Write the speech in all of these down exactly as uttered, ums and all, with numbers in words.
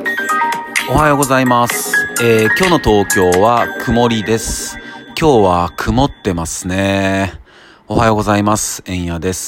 おはようございます、えー、今日の東京は曇りです。今日は曇ってますね。おはようございます。えんやです、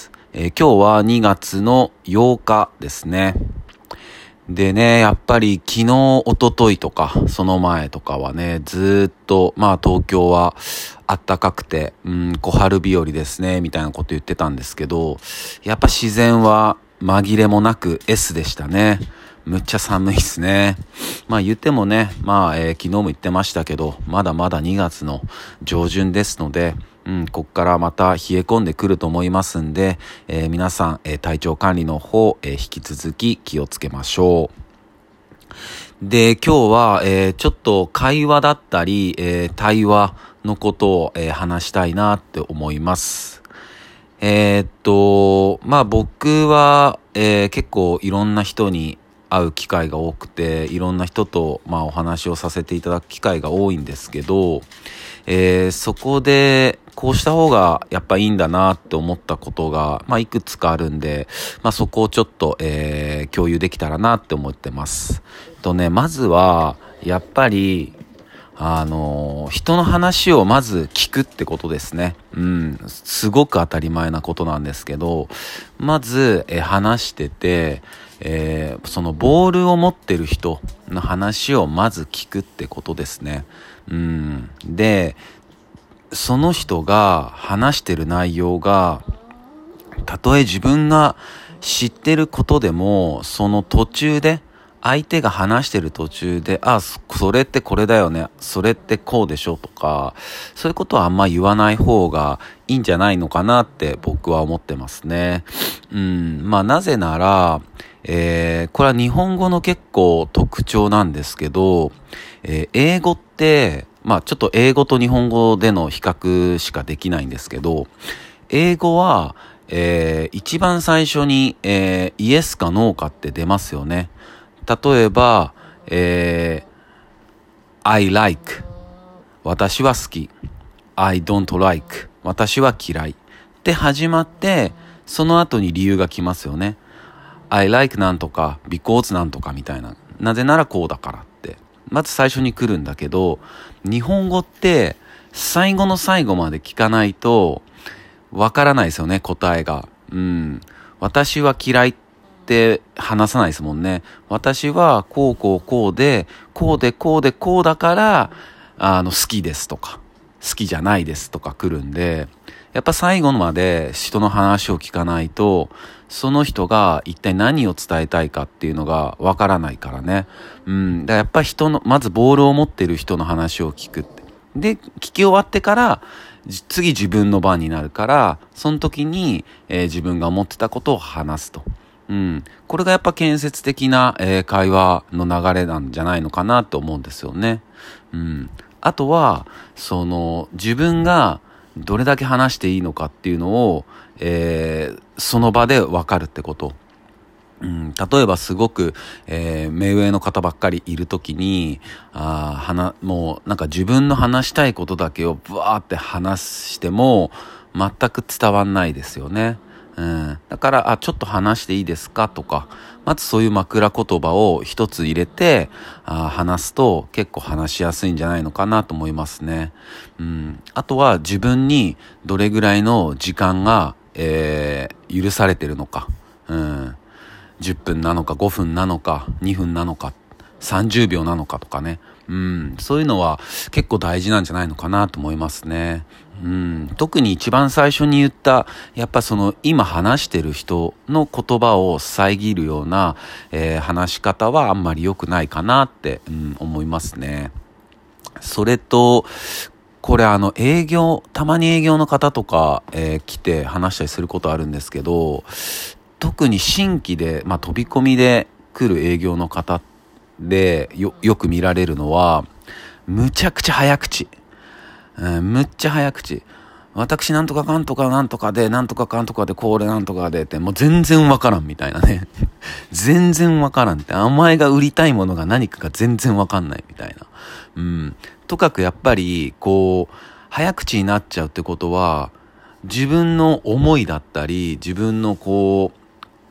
えー、今日はにがつのようかですね。でね、やっぱり昨日、一昨日とか、その前とかはね、ずーっと、まあ東京は暖かくて、うん、小春日和ですね、みたいなこと言ってたんですけど、やっぱ自然は紛れもなく エス でしたね。むっちゃ寒いですね。まあ言ってもね、まあ、えー、昨日も言ってましたけど、まだまだにがつの上旬ですので、うん、こっからまた冷え込んでくると思いますんで、えー、皆さん、えー、体調管理の方、えー、引き続き気をつけましょう。で、今日は、えー、ちょっと会話だったり、えー、対話のことを、えー、話したいなって思います。えー、っと、まあ僕は、えー、結構いろんな人に会う機会が多くて、いろんな人と、まあ、お話をさせていただく機会が多いんですけど、えー、そこでこうした方がやっぱいいんだなって思ったことが、まあ、いくつかあるんで、まあ、そこをちょっと、えー、共有できたらなって思ってます。とね、まずはやっぱりあのー、人の話をまず聞くってことですね。うん、すごく当たり前なことなんですけど、まず、え話してて、えー、そのボールを持ってる人の話をまず聞くってことですね。うん、で、その人が話してる内容が、たとえ自分が知ってることでも、その途中で、相手が話してる途中で、あ、それってこれだよね、それってこうでしょとか、そういうことはあんま言わない方がいいんじゃないのかなって僕は思ってますね。うん、まあなぜなら、えー、これは日本語の結構特徴なんですけど、えー、英語って、まあちょっと英語と日本語での比較しかできないんですけど、英語は、えー、一番最初に、えー、イエスかノーかって出ますよね。例えば、えー、I like 私は好き I don't like 私は嫌いって始まって、その後に理由が来ますよね。 I like なんとか because なんとかみたいな、なぜならこうだからってまず最初に来るんだけど、日本語って最後の最後まで聞かないとわからないですよね、答えが。うん、私は嫌いって話さないですもんね。私はこうこうこうで、こうでこうでこうだから、あの、好きですとか、好きじゃないですとか来るんで、やっぱ最後まで人の話を聞かないと、その人が一体何を伝えたいかっていうのがわからないからね。うん。だからやっぱ人の、まずボールを持ってる人の話を聞くって。で、聞き終わってから、次自分の番になるから、その時に、えー、自分が思ってたことを話すと。うん。これがやっぱ建設的な、えー、会話の流れなんじゃないのかなと思うんですよね。うん。あとは、その、自分がどれだけ話していいのかっていうのを、えー、その場で分かるってこと。うん、例えばすごく、えー、目上の方ばっかりいるときに、あはな、もうなんか自分の話したいことだけをブワーって話しても、全く伝わんないですよね。うん、だから、あ、ちょっと話していいですかとか、まずそういう枕言葉を一つ入れて、あ話すと結構話しやすいんじゃないのかなと思いますね。うん、あとは自分にどれぐらいの時間が、えー、許されてるのか。うんじゅっぷんなのかごふんなのかにふんなのかさんじゅうびょうなのかとかね。うん、そういうのは結構大事なんじゃないのかなと思いますね。うん、特に一番最初に言った、やっぱその今話してる人の言葉を遮るような、えー、話し方はあんまり良くないかなって、うん、思いますね。それと、これあの営業、たまに営業の方とか、えー、来て話したりすることあるんですけど、特に新規で、まあ、飛び込みで来る営業の方でよ、よく見られるのは、むちゃくちゃ早口。うん、むっちゃ早口。私なんとかかんとかなんとかで、なんとかかんとかで、これなんとかでって、もう全然わからんみたいなね。全然わからんって、お前が売りたいものが何かが全然わかんないみたいな。うん。とかくやっぱり、こう、早口になっちゃうってことは、自分の思いだったり、自分のこう、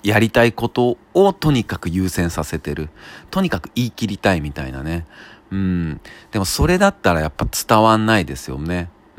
やりたいことをとにかく優先させてる。とにかく言い切りたいみたいなね。うん。でもそれだったらやっぱ伝わんないですよね。うん。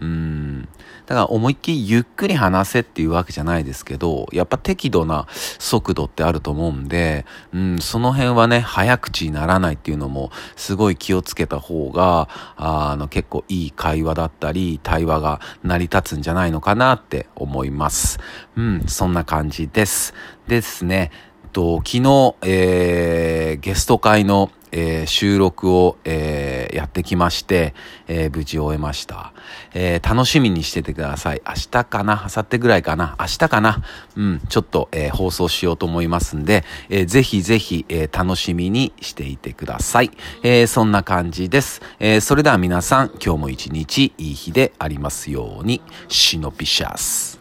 だから思いっきりゆっくり話せっていうわけじゃないですけど、やっぱ適度な速度ってあると思うんで、うん、その辺はね、早口にならないっていうのもすごい気をつけた方が、あの結構いい会話だったり、対話が成り立つんじゃないのかなって思います。うん、そんな感じです。ですね。と昨日、えー、ゲスト会の、えー、収録を、えー、やってきまして、えー、無事終えました、えー。楽しみにしててください。明日かな、明後日ぐらいかな、明日かな、うん、ちょっと、えー、放送しようと思いますんで、えー、ぜひぜひ、えー、楽しみにしていてください。えー、そんな感じです。えー、それでは皆さん、今日も一日いい日でありますように。シノピシャス。